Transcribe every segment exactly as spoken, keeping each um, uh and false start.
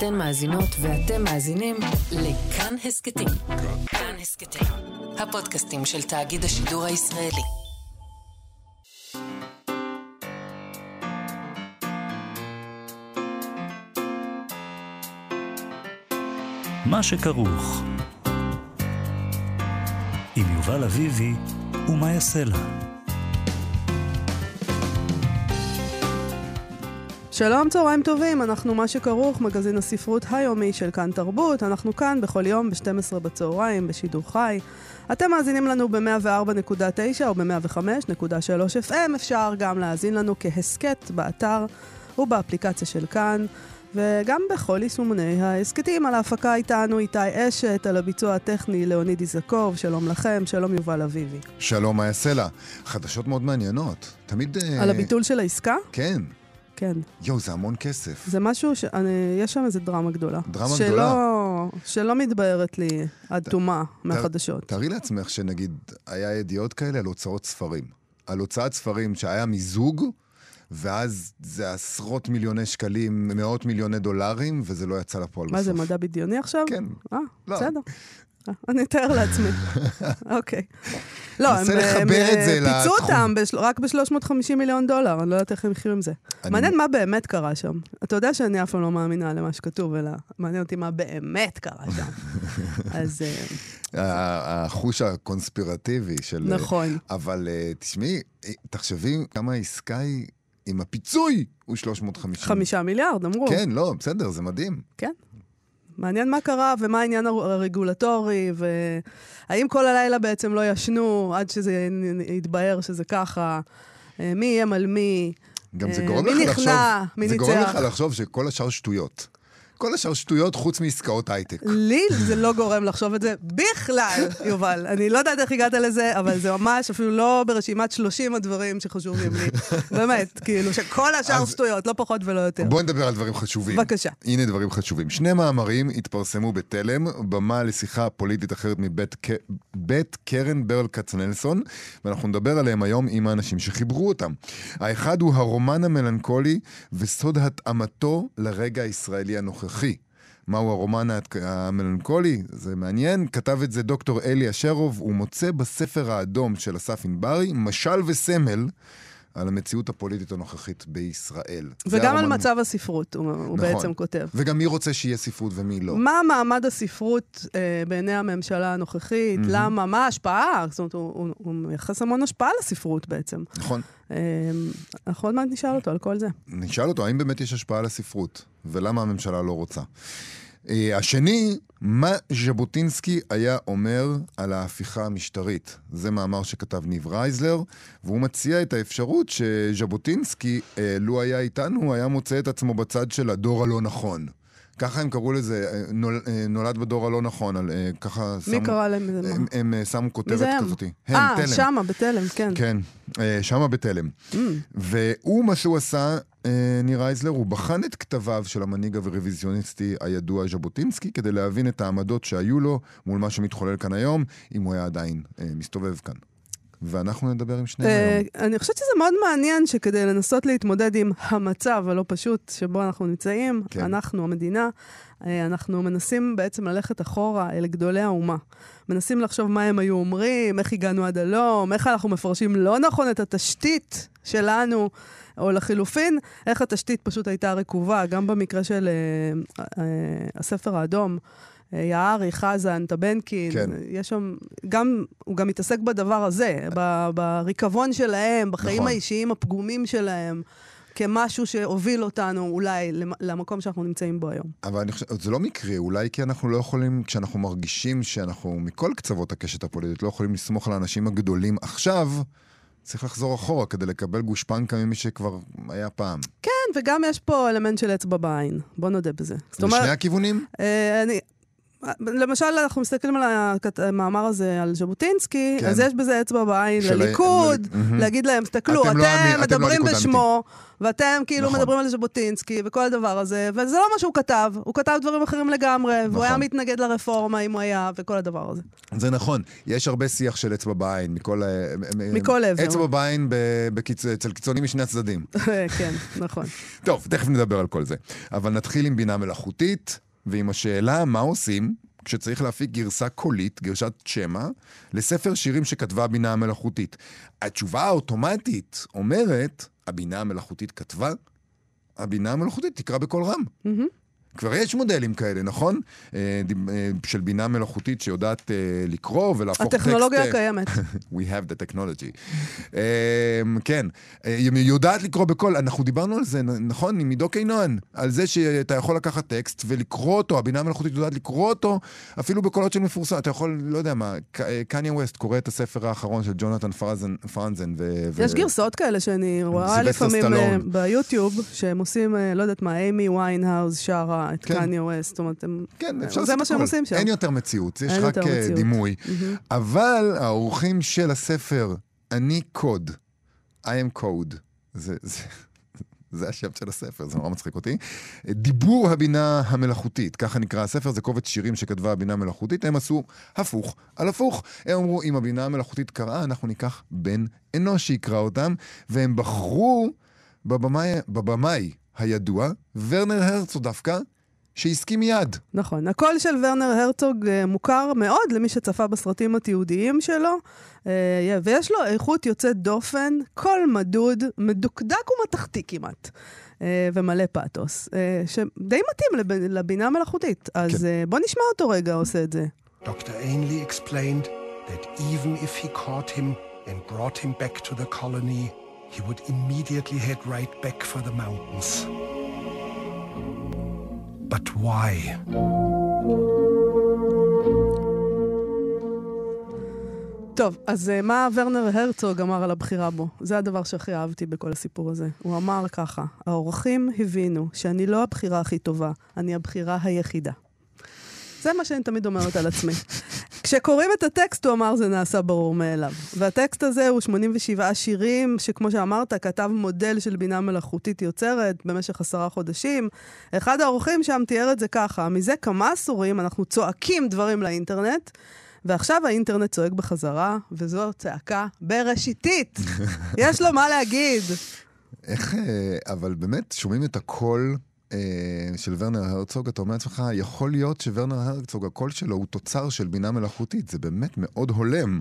אתן מאזינות ואתם מאזינים לכאן הסקטים. כאן הסקטים, הפודקאסטים של תאגיד השידור הישראלי. מה שכרוך עם יובל אביבי ומה יעשה לה. שלום, צהריים טובים, אנחנו מה שכרוך, מגזין הספרות היומי של כאן תרבות. אנחנו כאן בכל יום ב-שתים עשרה בצהריים בשידור חי. אתם מאזינים לנו ב-מאה וארבע נקודה תשע או ב-מאה וחמש נקודה שלוש אף אם. אפשר גם להאזין לנו כהסקט באתר ובאפליקציה של כאן, וגם בכל יישומוני ההסקטים. על ההפקה איתנו איתי אשת, על הביצוע הטכני לאוניד איזקוב. שלום לכם, שלום יובל אביבי. שלום, מה יעשה לה? חדשות מאוד מעניינות. תמיד... על הביטול של העסקה? כן. כן. יו, זה המון כסף. זה משהו ש... אני... יש שם איזה דרמה גדולה. דרמה שלא... גדולה? שלא מתבהרת לי עד ת... תומה ת... מהחדשות. תארי לעצמך שנגיד, היה ידיעות כאלה על הוצאות ספרים. על הוצאת ספרים שהיה מיזוג, ואז זה עשרות מיליוני שקלים, מאות מיליוני דולרים, וזה לא יצא לפועל בסוף. מה זה, מדע בדיוני עכשיו? כן. אה, לא. בסדר. אני אתאר לעצמי. אוקיי. לא, הם פיצו אותם רק ב-שלוש מאות וחמישים מיליון דולר, אני לא יודעת איך הם יחיו עם זה. מעניין מה באמת קרה שם. אתה יודע שאני אף פעם לא מאמינה למה שכתוב, אלא מעניין אותי מה באמת קרה שם. אז... החוש הקונספירטיבי של... נכון. אבל תשמעי, תחשבי כמה העסקה היא עם הפיצוי הוא שלוש מאות וחמישים. חמישה מיליארד, אמרו. כן, לא, בסדר, זה מדהים. כן. מעניין מה קרה ומה העניין הרגולטורי, והאם כל הלילה בעצם לא ישנו עד שזה יתבהר שזה ככה, מי יהיה על מי, גם זה גורם מי לך נכנע, לחשוב, מי זה ניצח. גורם לך לחשוב שכל השאר שטויות. כל השאר שטויות חוץ מעסקאות הייטק. לי זה לא גורם לחשוב את זה בכלל, יובל. אני לא יודעת איך הגעת לזה, אבל זה ממש אפילו לא ברשימת שלושים הדברים שחשובים לי. באמת, כאילו שכל השאר שטויות, לא פחות ולא יותר. בואי נדבר על דברים חשובים. בבקשה. הנה דברים חשובים. שני מאמרים התפרסמו בתלם, במה לשיחה פוליטית אחרת מבית קרן ברל כצנלסון, ואנחנו נדבר עליהם היום עם האנשים שחיברו אותם. האחד הוא הרומן המלנכולי וסוד התאמתו לרגע הישראלי הנוכחי. מהו הרומן המלנכולי? זה מעניין. כתב את זה דוקטור אלי אשרוב. הוא מוצא בספר האדום של אסף ענברי משל וסמל על המציאות הפוליטית הנוכחית בישראל. וגם על מצב הספרות, הוא בעצם כותב. וגם מי רוצה שיהיה ספרות ומי לא. מה מעמד הספרות בעיני הממשלה הנוכחית? למה? מה ההשפעה? זאת אומרת, הוא מייחס המון השפעה לספרות בעצם. נכון. אנחנו עוד מעט נשאל אותו על כל זה. נשאל אותו, האם באמת יש השפעה לספרות? ולמה הממשלה לא רוצה? השני, מה ז'בוטינסקי היה אומר על ההפיכה המשטרית. זה מאמר שכתב ניב רייזלר, והוא מציע את האפשרות שז'בוטינסקי, לו היה איתנו, היה מוצא את עצמו בצד של הדור הלא נכון. ככה הם קראו לזה, נולד בדור הלא נכון, על, ככה מי שמו, קרא להם מזה? הם, הם שמו כותרת כזאת. אה, שמה, בתלם, כן. כן, שמה בתלם. Mm. והוא, מה שהוא עשה, ניר אייזלר, הוא בחן את כתביו של המנהיג הרוויזיוניסטי הידוע ז'בוטינסקי, כדי להבין את העמדות שהיו לו מול מה שמתחולל כאן היום, אם הוא היה עדיין מסתובב כאן. ואנחנו נדבר עם שניהם היום. אני חושבת שזה מאוד מעניין שכדי לנסות להתמודד עם המצב הלא פשוט שבו אנחנו נמצאים, אנחנו, המדינה, אנחנו מנסים בעצם ללכת אחורה אל גדולי האומה. מנסים לחשוב מה הם היו אומרים, איך הגענו עד הלום, איך אנחנו מפרשים לא נכון את התשתית שלנו, או לחילופין, איך התשתית פשוט הייתה רקובה, גם במקרה של uh, uh, הספר האדום, uh, יערי, חזן, טבנקין, כן. יש שם, גם, הוא גם מתעסק בדבר הזה, ב, בריקבון שלהם, בחיים נכון. האישיים הפגומים שלהם, כמשהו שהוביל אותנו אולי למקום שאנחנו נמצאים בו היום. אבל אני חושב, זה לא מקרה, אולי כי אנחנו לא יכולים, כשאנחנו מרגישים שאנחנו מכל קצוות הקשת הפוליטית, לא יכולים לסמוך על האנשים הגדולים עכשיו, צריך לחזור אחורה כדי לקבל גושפנקה ממי שכבר היה פעם. כן, וגם יש פה אלמנט של אצבע בעין. בוא נודה בזה. לשני הכיוונים? אה, אני... למשל, אנחנו מסתכלים על המאמר הזה על ז'בוטינסקי, כן. אז יש בזה אצבע בעין של... לליכוד, ל... להגיד להם, תסתכלו, אתם, אתם, לא אתם מדברים לא בשמו, ואתם כאילו נכון. מדברים על ז'בוטינסקי, וכל הדבר הזה, וזה לא מה שהוא כתב, הוא כתב דברים אחרים לגמרי, נכון. והוא היה מתנגד לרפורמה אם הוא היה, וכל הדבר הזה. זה נכון, יש הרבה שיח של אצבע בעין, מכל... מכל עבר. אצבע בעין בקיצ... אצל קיצונים משני הצדדים. כן, נכון. טוב, תכף נדבר על כל זה. אבל נתחיל עם בינה מלאכותית, ועם השאלה מה עושים כשצריך להפיק גרסה קולית, גרשת שמע, לספר שירים שכתבה הבינה המלאכותית. התשובה האוטומטית אומרת, הבינה המלאכותית כתבה, הבינה המלאכותית תקרא בקול רם. Mm-hmm. כבר יש מודלים כאלה, נכון? של בינה מלאכותית שיודעת לקרוא ולהפוך טקסט... הטכנולוגיה קיימת. We have the technology. כן, היא יודעת לקרוא בכל... אנחנו דיברנו על זה, נכון? עם עידו קיינון, על זה שאתה יכול לקחת טקסט ולקרוא אותו, הבינה המלאכותית יודעת לקרוא אותו, אפילו בקולות של מפורסם. אתה יכול, לא יודע מה, קניה ווסט קורא את הספר האחרון של ג'ונתן פרנזן. יש גרסאות כאלה שאני רואה לפעמים ביוטיוב, שהם עושים, לא יודעת מה, אימי ויינהאוז שרה את קניה ווסט, זאת אומרת, זה מה שהם עושים שם. אין יותר מציאות, יש רק דימוי. אבל האורחים של הספר, אני קוד, I am code, זה השם של הספר, זה נורא מצחיק אותי. דיבור הבינה המלאכותית, ככה נקרא הספר, זה קובץ שירים שכתבה הבינה המלאכותית, הם עשו הפוך על הפוך. הם אמרו, אם הבינה המלאכותית קראה, אנחנו ניקח בן אנוש שיקרא אותם, והם בחרו בבמאי, בבמאי הידוע, ורנר הרצוג דווקא, שהסכים מיד. נכון. הקול של ורנר הרצוג מוכר מאוד למי שצפה בסרטים התיעודיים שלו, ויש לו איכות יוצאת דופן, קול מדוד, מדוקדק ומתחתי כמעט, ומלא פאטוס, שדי מתאים לבינה מלאכותית. אז בוא נשמע אותו רגע עושה את זה. Doctor Ainley explained that even if he caught him and brought him back to the colony, he would immediately head right back for the mountains. But why? טוב, אז מה ורנר הרצוג אמר על הבחירה בו? זה הדבר שהכי אהבתי בכל הסיפור הזה. הוא אמר ככה, האורחים הבינו שאני לא הבחירה הכי טובה, אני הבחירה היחידה. זה מה שאני תמיד אומרת על עצמי. כשקוראים את הטקסט, הוא אמר, זה נעשה ברור מאליו. והטקסט הזה הוא שמונים ושבעה שירים, שכמו שאמרת, כתב מודל של בינה מלאכותית יוצרת במשך עשרה חודשים. אחד האורחים שם תיאר את זה ככה, מזה כמה עשורים אנחנו צועקים דברים לאינטרנט, ועכשיו האינטרנט צועק בחזרה, וזו צעקה בראשיתית. יש לו מה להגיד. איך, אבל באמת שומעים את הקול של ורנר הרצוג, אתה אומר לעצמך, יכול להיות שוורנר הרצוג, הקול שלו הוא תוצר של בינה מלאכותית, זה באמת מאוד הולם.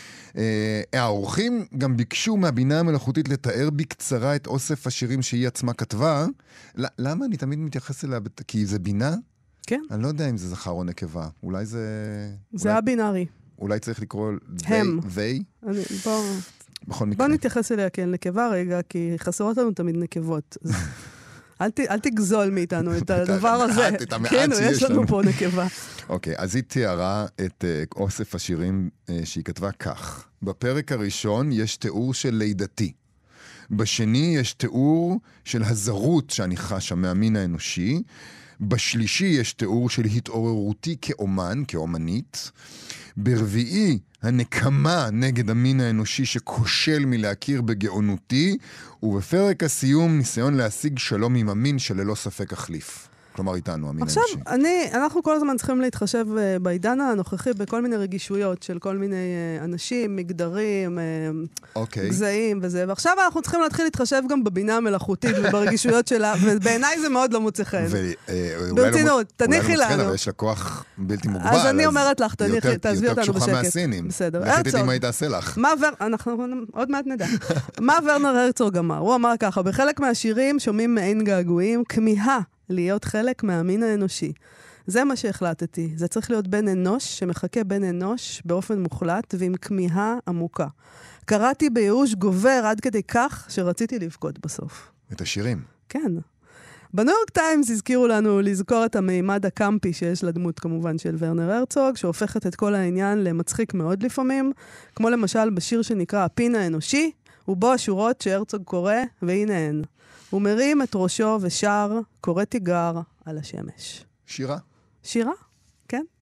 האורחים גם ביקשו מהבינה המלאכותית לתאר בקצרה את אוסף השירים שהיא עצמה כתבה. למה אני תמיד מתייחס אליה? כי זה בינה? כן. אני לא יודע אם זה זכר או נקבה. אולי זה... זה הבינארי. אולי צריך לקרוא הם. וי? בוא... בכל מקרה. בוא נתייחס אליה כאל נקבה רגע, כי חסרות לנו תמיד נקבות. אל תגזול מאיתנו את הדבר הזה. את המעט כן, שיש לנו. יש לנו פה נקבה. אוקיי, אז היא תיארה את אוסף השירים שהיא כתבה כך. בפרק הראשון יש תיאור של לידתי. בשני יש תיאור של הזרות שאני חשה מהמין האנושי. בשלישי יש תיאור של התעוררותי כאומן, כאומנית. ברביעי, הנקמה נגד המין האנושי שכושל מלהכיר בגאונותי, ובפרק הסיום ניסיון להשיג שלום עם המין שללא ספק החליף. כלומר איתנו, המין עכשיו, האנושי. אני, אנחנו כל הזמן צריכים להתחשב uh, בעידן הנוכחי בכל מיני רגישויות של כל מיני uh, אנשים, מגדרים, uh, okay. גזעים וזה, ועכשיו אנחנו צריכים להתחיל להתחשב גם בבינה המלאכותית וברגשויות שלה, ובעיניי זה מאוד לא מוצא חן. ברצינות, תניחי לנו. אבל יש לה כוח בלתי מוגבל. אז אני אומרת לך, תעזבי אותנו בשקט. יותר קשוחה מהסינים. בסדר. הרצוג. מה היא תעשה לך? אנחנו עוד מעט נדע. מה ורנר הרצוג אמר? הוא אמר ככה, בחלק מהשירים שומעים מעין געגועים, כמיהה להיות חלק מהמין האנושי. זה מה שהחלטתי. זה צריך להיות בן אנוש שמחכה בן אנוש באופן מוחלט ועם כמיהה עמוקה. קראתי בייאוש גובר עד כדי כך שרציתי לבכות בסוף. את השירים. כן. בניו יורק טיימס הזכירו לנו לזכור את המימד הקמפי שיש לדמות כמובן של ורנר הרצוג, שהופכת את כל העניין למצחיק מאוד לפעמים, כמו למשל בשיר שנקרא הפין האנושי, ובו השורות שהרצוג קורא, והנה הן. הוא מרים את ראשו ושר, קורא תיגר על השמש. שירה? שירה, כן.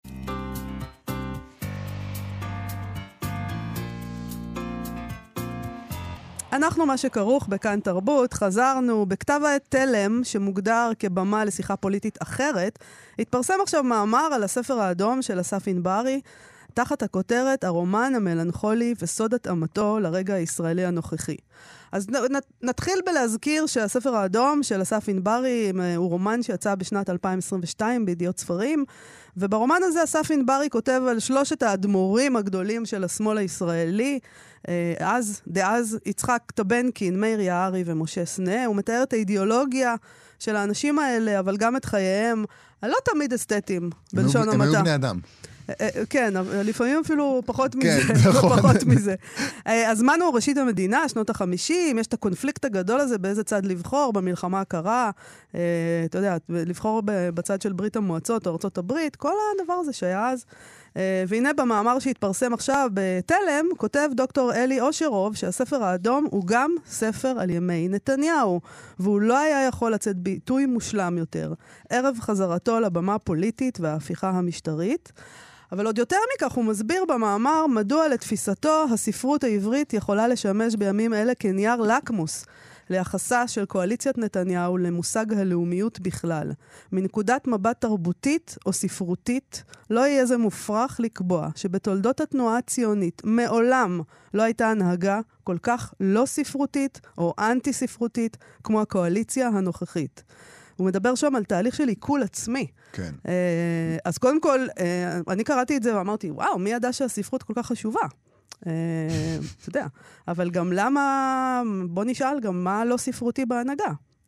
אנחנו מה שכרוך בכאן תרבות, חזרנו בכתב העת תלם, שמוגדר כבמה לשיחה פוליטית אחרת, התפרסם עכשיו מאמר על הספר האדום של אסף ענברי, תחת הכותרת הרומן המלנכולי וסוד התאמתו לרגע הישראלי הנוכחי. אז נתחיל בלהזכיר שהספר האדום של אסף ענברי הוא רומן שיצא בשנת אלפיים עשרים ושתיים בידיעות ספרים, וברומן הזה אסף ענברי כותב על שלושת האדמו"רים הגדולים של השמאל הישראלי, אז, דאז, יצחק טבנקין, מאיר יערי ומשה סנה. הוא מתאר את האידיאולוגיה של האנשים האלה, אבל גם את חייהם, הלא תמיד אסתטיים, בלשון המעטה. הם היו בני אדם. כן, לפעמים אפילו פחות מזה. פחות מזה. הזמן הוא ראשית המדינה, שנות החמישים, יש את הקונפליקט הגדול הזה באיזה צד לבחור, במלחמה הקרה, אתה יודע, לבחור בצד של ברית המועצות או ארצות הברית, כל הדבר הזה שהיה אז. והנה במאמר שהתפרסם עכשיו בתלם, כותב דוקטור אלי אושרוב שהספר האדום הוא גם ספר על ימי נתניהו, והוא לא היה יכול לצאת ביטוי מושלם יותר, ערב חזרתו לבמה הפוליטית וההפיכה המשטרית. אבל עוד יותר מכך הוא מסביר במאמר מדוע לתפיסתו הספרות העברית יכולה לשמש בימים אלה כנייר לקמוס ליחסה של קואליציית נתניהו למושג הלאומיות בכלל. מנקודת מבט תרבותית או ספרותית, לא יהיה זה מופרך לקבוע שבתולדות התנועה הציונית מעולם לא הייתה הנהגה כל כך לא ספרותית או אנטי-ספרותית כמו הקואליציה הנוכחית. הוא מדבר שם על תהליך של עיכול עצמי. כן. אז קודם כל, אני קראתי את זה ואמרתי, וואו, מי ידע שהספרות כל כך חשובה? אתה יודע, אבל גם למה, בוא נשאל גם מה לא ספרותי בהנהגה.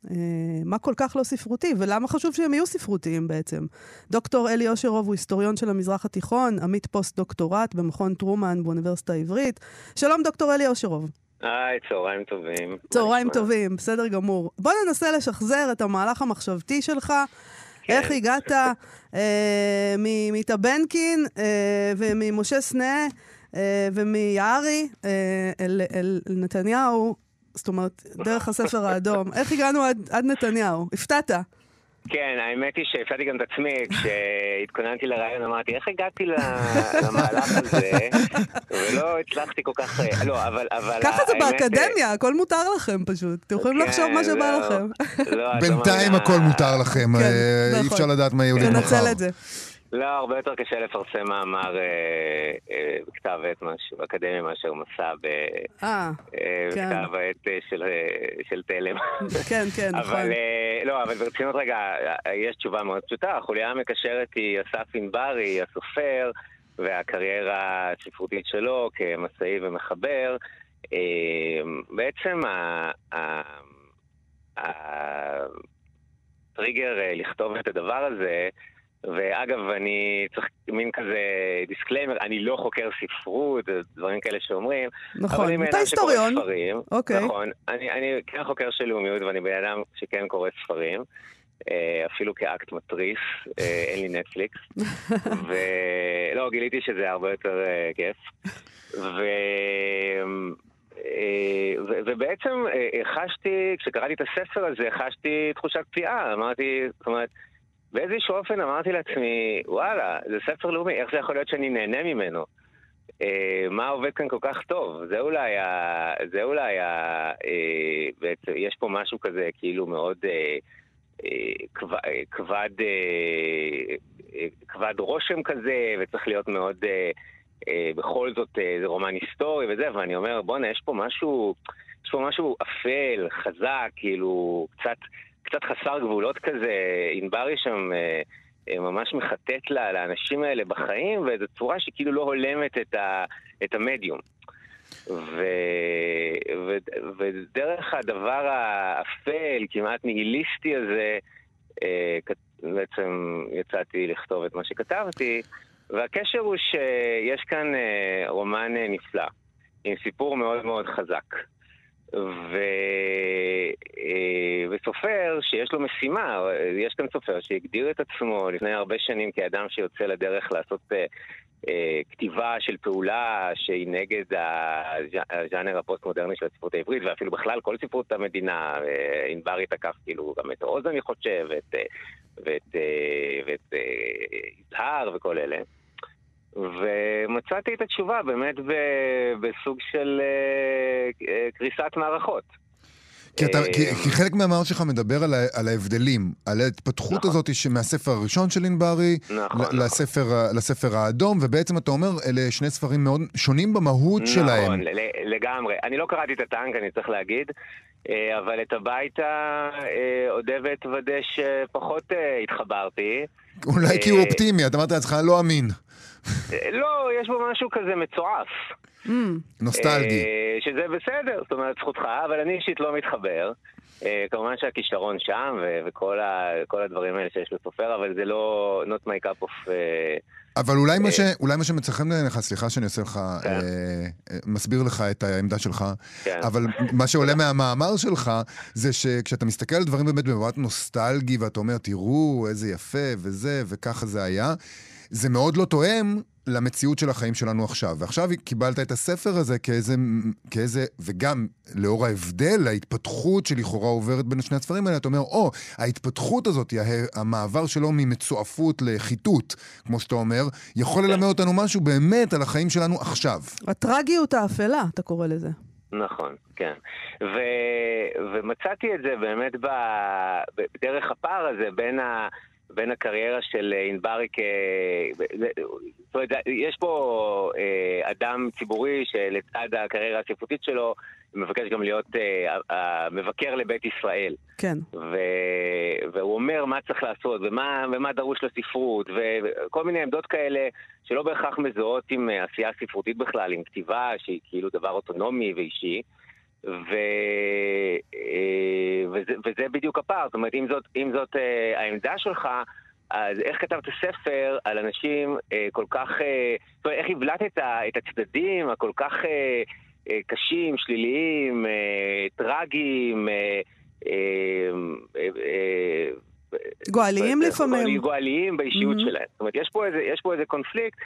מה כל כך לא ספרותי, ולמה חשוב שהם יהיו ספרותיים בעצם. דוקטור אלי אושרוב הוא היסטוריון של המזרח התיכון, עמית פוסט דוקטורט במכון טרומן באוניברסיטה העברית. שלום דוקטור אלי אושרוב. היי, צהריים טובים. צהריים טובים, בסדר גמור. בוא ננסה לשחזר את המהלך המחשבתי שלך, כן. איך הגעת אה, מטבנקין אה, וממשה סנה אה, ומיערי אה, אל, אל, אל נתניהו, זאת אומרת, דרך הספר האדום. איך הגענו עד, עד נתניהו? הפתעת? כן, האמת היא שהפתעתי גם את עצמי, כשהתכוננתי לרעיון אמרתי, איך הגעתי למהלך הזה, ולא הצלחתי כל כך, לא, אבל... ככה זה באקדמיה, הכל מותר לכם פשוט, אתם יכולים לחשוב מה שבא לכם. בינתיים הכל מותר לכם, אי אפשר לדעת מה יהודי מחר. תנצל את זה. לא, הרבה יותר קשה לפרסם מאמר בכתב עת באקדמיה מאשר מסע בכתב עת של תלם. כן, כן, נכון. לא, אבל ברצינות רגע, יש תשובה מאוד פשוטה. החוליה המקשרת היא אסף ענברי, הסופר, והקריירה הספרותית שלו כמסעי ומחבר. בעצם הטריגר לכתוב את הדבר הזה, ואגב, אני צריך מין כזה דיסקליימר, אני לא חוקר ספרות, דברים כאלה שאומרים. נכון, אתה היסטוריון. אוקיי. נכון, אני, אני כן חוקר של לאומיות, ואני בן אדם שכן קורא ספרים, אפילו כאקט מטריס, אין לי נטפליקס. ולא, גיליתי שזה הרבה יותר כיף. ו... ובעצם חשתי, כשקראתי את הספר הזה, חשתי תחושת פציעה. אמרתי, זאת אומרת, באיזשהו אופן אמרתי לעצמי, וואלה, זה ספר לאומי, איך זה יכול להיות שאני נהנה ממנו? אה, מה עובד כאן כל כך טוב? זה אולי, ה, זה אולי, ה, אה, בעצם, יש פה משהו כזה כאילו מאוד אה, אה, כבד, כבד, אה, כבד רושם כזה, וצריך להיות מאוד, אה, אה, בכל זאת, אה, זה רומן היסטורי וזה, ואני אומר, בוא, יש פה משהו, יש פה משהו אפל, חזק, כאילו, קצת... קצת חסר גבולות כזה, ענברי שם אה, ממש מחטט לה, לאנשים האלה בחיים, וזו צורה שכאילו לא הולמת את, ה, את המדיום. ו, ו, ודרך הדבר האפל, כמעט ניהיליסטי הזה, אה, בעצם יצאתי לכתוב את מה שכתבתי, והקשר הוא שיש כאן אה, רומן נפלא, עם סיפור מאוד מאוד חזק. ו... וסופר שיש לו משימה, יש כאן סופר שהגדיר את עצמו לפני הרבה שנים כאדם שיוצא לדרך לעשות כתיבה של פעולה שהיא נגד הז'אנר הפוסט-מודרני של הספרות העברית, ואפילו בכלל כל ספרות המדינה. אינברי תקף כאילו גם את עוז, אני חושב, ואת, ואת, ואת יזהר וכל אלה. ומצאתי את התשובה באמת בסוג של קריסת מערכות. כי, אתה, כי, כי חלק מהמאמר שלך מדבר על, ה, על ההבדלים, על ההתפתחות נכון. הזאת מהספר הראשון של אינברי נכון, לספר, נכון. לספר האדום, ובעצם אתה אומר, אלה שני ספרים מאוד שונים במהות נכון, שלהם. נכון, לגמרי. אני לא קראתי את הטנק, אני צריך להגיד, אבל את הביתה עודבת ודש פחות התחברתי. אולי כי הוא אופטימי, אתה אמרת לעצמך, לא אמין. לא, יש בו משהו כזה מצועף. נוסטלגי. שזה בסדר, זאת אומרת, זכותך, אבל אני אישית לא מתחבר. כמובן שהכישרון שם, וכל הדברים האלה שיש לסופר, אבל זה לא not my cup of... אבל אולי מה שמצלחם לך, סליחה שאני עושה לך, מסביר לך את העמדה שלך, אבל מה שעולה מהמאמר שלך, זה שכשאתה מסתכל על דברים באמת במבט נוסטלגי, ואתה אומר, תראו איזה יפה וזה, וככה זה היה, זה מאוד לא תואם למציאות של החיים שלנו עכשיו. ועכשיו קיבלת את הספר הזה כאיזה, כאיזה, וגם לאור ההבדל, ההתפתחות שלכאורה עוברת בין שני הספרים האלה, אתה אומר, או, ההתפתחות הזאת, המעבר שלו ממצועפות לחיתות, כמו שאתה אומר, יכול ללמד אותנו משהו באמת על החיים שלנו עכשיו. הטרגיות האפלה, אתה קורא לזה. נכון, כן. ו- ומצאתי את זה באמת בדרך הפער הזה בין ה... בין הקריירה של אינברי כ... זאת אומרת, יש פה אה, אדם ציבורי שלצד הקריירה הספרותית שלו מבקש גם להיות אה, המבקר לבית ישראל. כן. ו... והוא אומר מה צריך לעשות ומה, ומה דרוש לספרות וכל מיני עמדות כאלה שלא בהכרח מזוהות עם עשייה ספרותית בכלל, עם כתיבה שהיא כאילו דבר אוטונומי ואישי. ו... וזה, וזה בדיוק הפער. זאת אומרת, אם זאת, אם זאת אה, העמדה שלך, אז איך כתבת ספר על אנשים אה, כל כך... אה, זאת אומרת, איך הבלטת את הצדדים הכל כך אה, אה, קשים, שליליים, אה, טרגיים, אה, אה, אה, גואליים לפעמים. גואליים באישיות שלהם. זאת אומרת, יש פה איזה, יש פה איזה קונפליקט,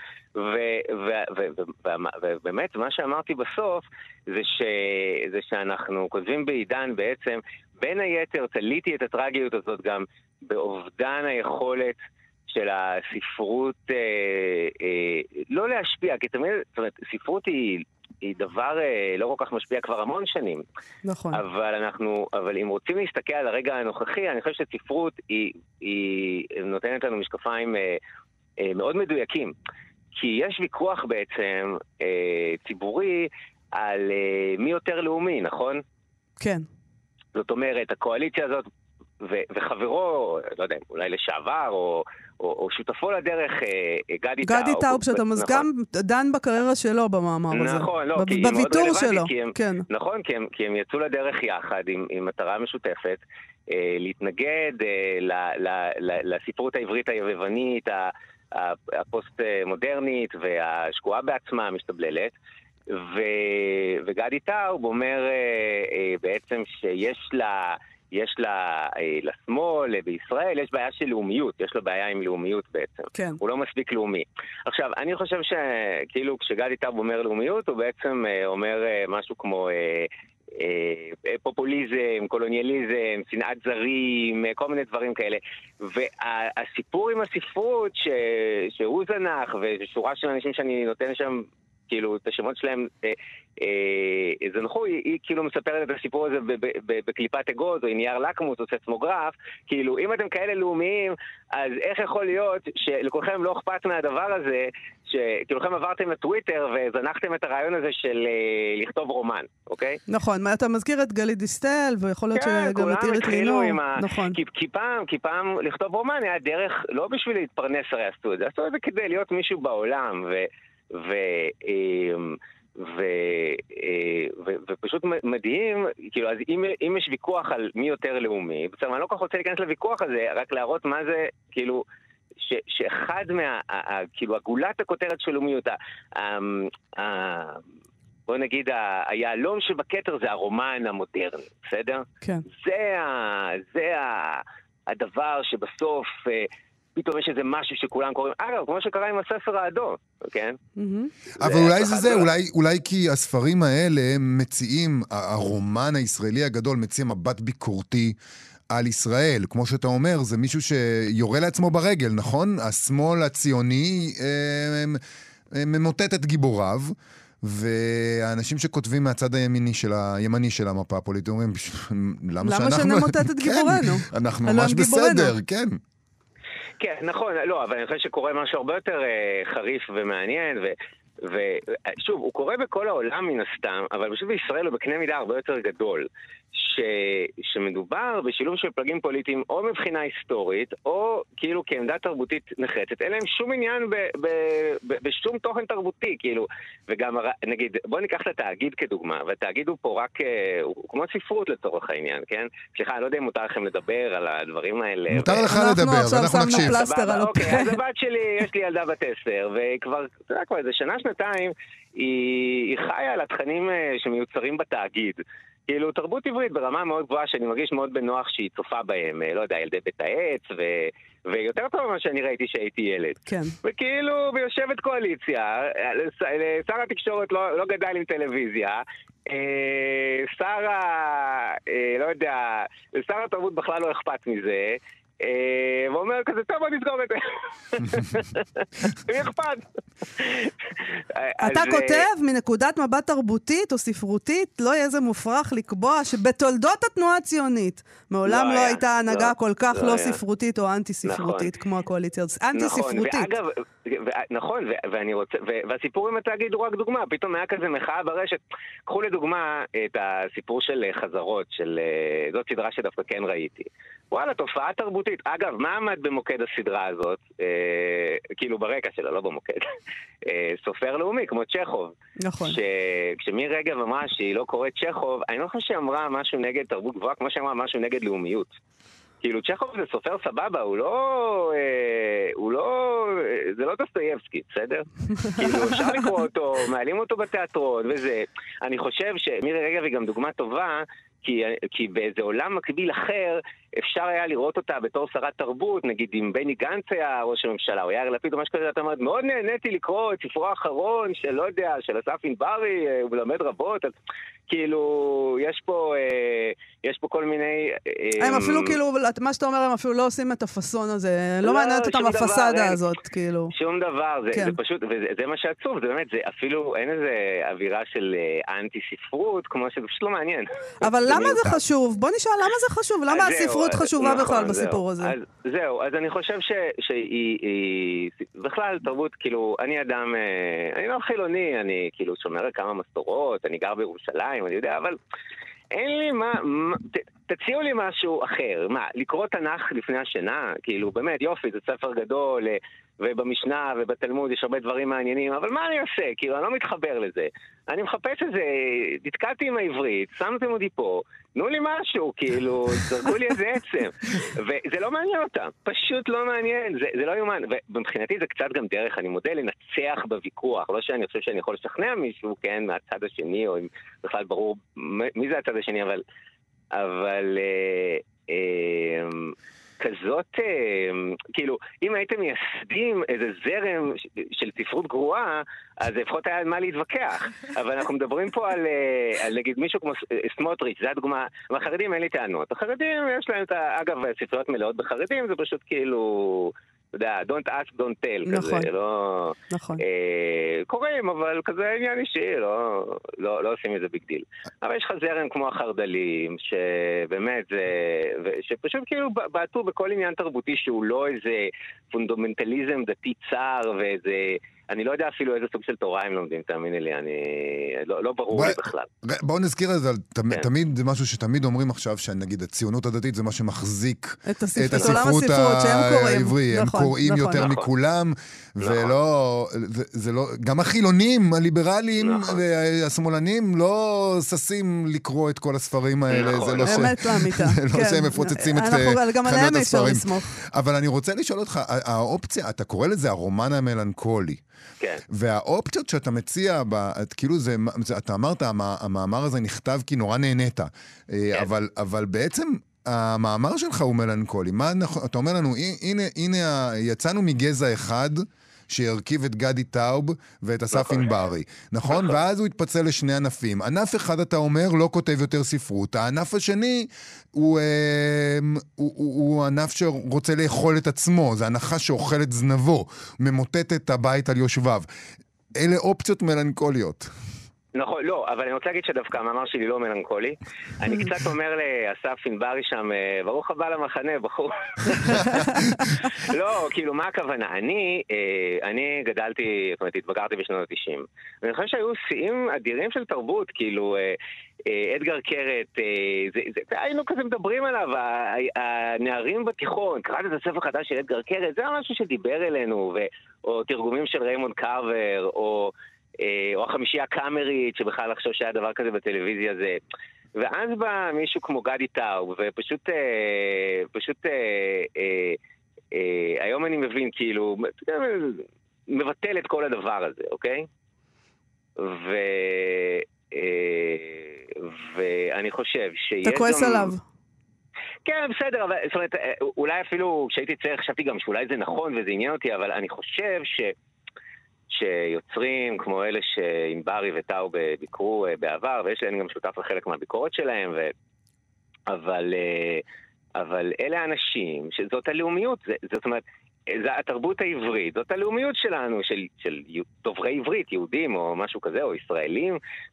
ובאמת, מה שאמרתי בסוף, זה ש, זה שאנחנו כותבים בעידן בעצם, בין היתר, תליתי את הטרגיות הזאת גם באובדן היכולת של הספרות, אה, אה, לא להשפיע, כי תמיד, זאת אומרת, ספרות היא... היא דבר לא כל כך משפיע כבר המון שנים. נכון. אבל אנחנו, אבל אם רוצים להסתכל על הרגע הנוכחי, אני חושב שספרות היא, היא נותנת לנו משקפיים אה, אה, מאוד מדויקים. כי יש ויכוח בעצם אה, ציבורי על אה, מי יותר לאומי, נכון? כן. זאת אומרת, הקואליציה הזאת ו- וחברו, לא יודע, אולי לשעבר, או, או, או שותפו לדרך, גדי טאוב. גדי טאוב, שאתה גם דן בקריירה שלו במאמר הזה. נכון, לא, כי היא מאוד רלוונטית, כן. נכון, כי הם, כי הם יצאו לדרך יחד עם, עם מטרה משותפת, אה, להתנגד אה, ל, ל, ל, לספרות העברית היוונית, הפוסט-מודרנית, והשקועה בעצמה המשתבללת. ו, וגדי טאוב אומר אה, אה, בעצם שיש לה... יש לה, לשמאל, בישראל, יש בעיה של לאומיות, יש לו בעיה עם לאומיות בעצם. כן. הוא לא מספיק לאומי. עכשיו, אני חושב שכאילו כשגדי טאוב אומר לאומיות, הוא בעצם אומר משהו כמו אה, אה, פופוליזם, קולוניאליזם, שנאת זרים, כל מיני דברים כאלה. והסיפור עם הספרות ש, שהוא זנח, ושורה של אנשים שאני נותן שם, כאילו, את השמות שלהם אה, אה, זנחו, היא, היא כאילו מספרת את הסיפור הזה בקליפת אגוז, או עם נייר לקמוס, או ססמוגרף, כאילו, אם אתם כאלה לאומיים, אז איך יכול להיות שלכולכם לא אכפת מהדבר הזה, שכולכם עברתם לטוויטר וזנחתם את הרעיון הזה של אה, לכתוב רומן, אוקיי? נכון, אתה מזכיר את גלית דיסטל, ויכול להיות כן, שגם את אירית לינור. ה... נכון. כי, כי, פעם, כי פעם לכתוב רומן היה דרך, לא בשביל להתפרנס הרי עשו את זה, עשו את זה כדי להיות מישהו בעולם, ו... ו, ו, ו, ופשוט מדהים, כאילו, אז אם, אם יש ויכוח על מי יותר לאומי, בסדר, אני לא כל כך רוצה להיכנס לוויכוח הזה, רק להראות מה זה, כאילו, ש, שאחד מה, כאילו, הגולת הכותרת של לאומיות, בוא נגיד, היעלום שבכתר זה הרומן המודרני, בסדר? כן. זה, ה, זה ה, הדבר שבסוף פתאום יש איזה משהו שכולם קוראים, אגב, כמו שקרה עם הספר האדום, כן? אבל אולי זה זה, אולי, אולי כי הספרים האלה מציעים, הרומן הישראלי הגדול מציע מבט ביקורתי על ישראל. כמו שאתה אומר, זה מישהו שיורה לעצמו ברגל, נכון? השמאל הציוני ממוטט את גיבוריו, והאנשים שכותבים מהצד הימני של הימני של המפה הפוליטית אומרים, למה שאנחנו... למה שנמוטט את גיבורנו? אנחנו ממש בסדר, כן. כן, נכון, לא, אבל אני חושב שקורה משהו הרבה יותר uh, חריף ומעניין, ו, ושוב, הוא קורה בכל העולם מן הסתם, אבל פשוט בישראל הוא בקנה מידה הרבה יותר גדול, ש, שמדובר בשילוב של פלגים פוליטיים או מבחינה היסטורית, או כאילו כעמדה תרבותית נחרצת, אין להם שום עניין ב, ב, ב, בשום תוכן תרבותי, כאילו, וגם נגיד, בוא ניקח את התאגיד כדוגמה, והתאגיד הוא פה רק, הוא, הוא כמו ספרות לצורך העניין, כן? סליחה, אני לא יודע אם מותר לכם לדבר על הדברים האלה. מותר לך לדבר, ואנחנו נקשיב. אוקיי, אז הבת שלי, יש לי ילדה בת עשר, וכבר, אתה יודע, כבר איזה שנה, שנתיים, היא, היא חיה על התכנים שמיוצרים בתאגיד. כאילו, תרבות עברית ברמה מאוד גבוהה, שאני מרגיש מאוד בנוח שהיא צופה בהם, לא יודע, ילדי בית העץ, ו... ויותר טוב ממה שאני ראיתי שהייתי ילד. כן. וכאילו, ביושבת קואליציה, שר התקשורת לא, לא גדל עם טלוויזיה, שר ה... לא יודע, שר התרבות בכלל לא אכפת מזה, ואומר כזה, טוב, בוא נסגור את זה. מי אכפת? אתה כותב, מנקודת מבט תרבותית או ספרותית, לא יהיה זה מופרך לקבוע שבתולדות התנועה הציונית מעולם לא הייתה הנהגה כל כך לא ספרותית או אנטי-ספרותית, כמו הקואליציה. אנטי-ספרותית. נכון, ואני רוצה, והסיפור עם התאגיד הוא רק דוגמה, פתאום היה כזה מחאה ברשת. קחו לדוגמה את הסיפור של חזרות, זאת סדרה שדווקא כן ראיתי. וואלה, תופעה תרבותית. אגב, מה עמד במוקד הסדרה הזאת? אה, כאילו ברקע שלה, לא במוקד. אה, סופר לאומי, כמו צ'כוב. נכון. כשמיר רגב אמרה שהיא לא קוראת צ'כוב, אני לא חושב שהיא אמרה משהו נגד תרבות גבוהה, כמו שהיא אמרה משהו נגד לאומיות. כאילו, צ'כוב זה סופר סבבה, הוא לא... אה, הוא לא... אה, זה לא דוסטויבסקי, בסדר? כאילו, אפשר לקרוא אותו, מעלים אותו בתיאטרון, וזה... אני חושב שמירי רגב היא גם דוגמה טובה, כי, כי באיזה עולם מקביל אחר אפשר היה לראות אותה בתור שרת תרבות, נגיד אם בני גנץ היה ראש הממשלה, או יאיר לפיד או משהו כזה, אתה אומרת, מאוד נהניתי לקרוא את ספרו האחרון של, לא יודע, של אסף ענברי, הוא מלמד רבות, אז, כאילו, יש פה, אה, יש פה כל מיני... אה, הם אפילו, כאילו, מה שאתה אומר, הם אפילו לא עושים את הפסון הזה, לא, לא מעניינת אותם הפסדה אין, הזאת, כאילו. שום דבר, זה, כן. זה פשוט, וזה זה מה שעצוב, זה באמת, זה אפילו, אין איזה אווירה של אה, אנטי-ספרות, כמו שזה פשוט לא מעניין. אבל למה זה חשוב? בוא נשאל, למה זה חשוב? למה הספרות חשובה בכלל בסיפור הזה? זהו, אז אני חושב שהיא, בכלל, תרבות, כאילו, אני אדם, אני לא חילוני, אני כאילו שומר כמה מסורות, אני גר בירושלים, אני יודע, אבל אין לי מה, תציעו לי משהו אחר. מה, לקרוא תנ"ך לפני השינה? כאילו, באמת, יופי, זה ספר גדול, ובמשנה ובתלמוד יש הרבה דברים מעניינים, אבל מה אני עושה? כאילו, אני לא מתחבר לזה. אני מחפש את זה, נתקעתי עם העברית, שמתם אותי פה, תנו לי משהו, כאילו, זרקו לי איזה עצם. וזה לא מעניין אותם, פשוט לא מעניין, זה, זה לא יומן. ובמבחינתי זה קצת גם דרך, אני מודה לנצח בוויכוח, לא שאני חושב שאני יכול לשכנע מישהו, כן, מהצד השני, או אם בכלל ברור מי זה הצד השני, אבל... אבל... אה, אה, כזאת, כאילו, אם הייתם מייסדים איזה זרם של ספרות גרועה, אז לפחות היה מה להתווכח. אבל אנחנו מדברים פה על, על נגיד מישהו כמו סמוטריץ', זה הדוגמה, והחרדים אין לי טענות. החרדים יש להם, אגב, ספריות מלאות בחרדים, זה פשוט כאילו... אתה יודע, don't ask, don't tell, נכון. כזה, לא... נכון. אה, קוראים, אבל כזה עניין אישי, לא, לא, לא עושים איזה ביג דיל. אבל יש לך זרם כמו החרדלים, שבאמת זה... שפשוט כאילו בעטו בכל עניין תרבותי שהוא לא איזה פונדמנטליזם דתי צר, ואיזה... אני לא יודע אפילו איזה סוג של תורה הם לומדים, תאמיני לי, אני... לא, לא ברור לי בכלל. בואו נזכיר את זה, תמיד זה משהו שתמיד אומרים עכשיו, שנגיד הציונות הדתית זה מה שמחזיק את הספרות העברי, הם קוראים יותר מכולם, ולא, זה לא, גם החילונים, הליברליים והשמאלנים לא ששים לקרוא את כל הספרים האלה, זה לא שהם מפוצצים את חנויות הספרים. אבל אני רוצה לשאול אותך, האופציה, אתה קורא לזה הרומן המלנכולי, כן. והאופציות שאתה מציע, כאילו זה, אתה אמרת, המאמר הזה נכתב כי נורא נהנית, אבל, אבל בעצם המאמר שלך הוא מלנכולי. מה, אתה אומר לנו, הנה, הנה, יצאנו מגזע אחד, שירכיב את גדי טאוב ואת אסף ענברי. נכון? ואז הוא התפצל לשני ענפים. ענף אחד, אתה אומר, לא כותב יותר ספרות. הענף השני הוא, הוא, הוא, הוא ענף שרוצה לאכול את עצמו. זה הנחה שאוכל את זנבו, ממוטט את הבית על יושביו. אלה אופציות מלנכוליות. נכון, לא, אבל אני רוצה להגיד שדווקא המאמר שלי לא מלנכולי. אני קצת אומר לאסף ענברי שם, ברוך הבא למחנה, בחור. לא, כאילו, מה הכוונה? אני, אני גדלתי, זאת אומרת, התבגרתי בשנות ה-תשעים. ואני חושב שהיו שיאים אדירים של תרבות, כאילו, אדגר קרת, היינו כזה מדברים עליו, הנערים בתיכון, קראת את הספר חדש של אדגר קרת, זה משהו שדיבר אלינו, או תרגומים של ריימונד קרוור, או... או החמישייה הקאמרית, שבכלל לחשוב שהיה דבר כזה בטלוויזיה זה. ואז בא מישהו כמו גדי טאוב, ופשוט, פשוט, היום אני מבין, כאילו, מבטל את כל הדבר הזה, אוקיי? ו... ואני חושב שיש אתה כועס גם... עליו. כן, בסדר, אבל, זאת אומרת, אולי אפילו כשהייתי צריך, חשבתי גם שאולי זה נכון וזה עניין אותי, אבל אני חושב ש... שיוצרים כמו אלה שענברי וטאוב ביקרו בעבר, ויש להם גם שותף לחלק מהביקורות שלהם, ו... אבל, אבל אלה האנשים, שזאת הלאומיות, זאת אומרת, זה התרבות העברית, זאת הלאומיות שלנו, של, של דוברי עברית, יהודים או משהו כזה, או ישראלים.